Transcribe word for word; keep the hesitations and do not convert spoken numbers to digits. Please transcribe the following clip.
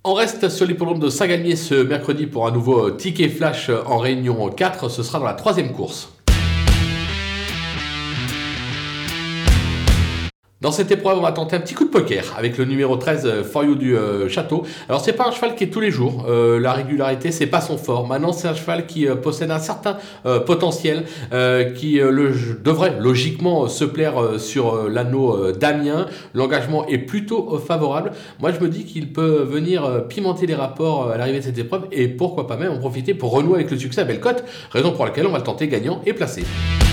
On reste sur l'hippodrome de Saint-Galmier ce mercredi pour un nouveau ticket flash en réunion quatre. Ce sera dans la troisième course. Dans cette épreuve, on va tenter un petit coup de poker avec le numéro treize, For You du euh, Château. Alors, c'est pas un cheval qui est tous les jours. Euh, la régularité, c'est pas son fort. Maintenant, c'est un cheval qui euh, possède un certain euh, potentiel, euh, qui euh, le, devrait logiquement se plaire euh, sur euh, l'anneau euh, d'Amiens. L'engagement est plutôt euh, favorable. Moi, je me dis qu'il peut venir euh, pimenter les rapports euh, à l'arrivée de cette épreuve et pourquoi pas même en profiter pour renouer avec le succès à Bellecote. Raison pour laquelle on va le tenter gagnant et placé.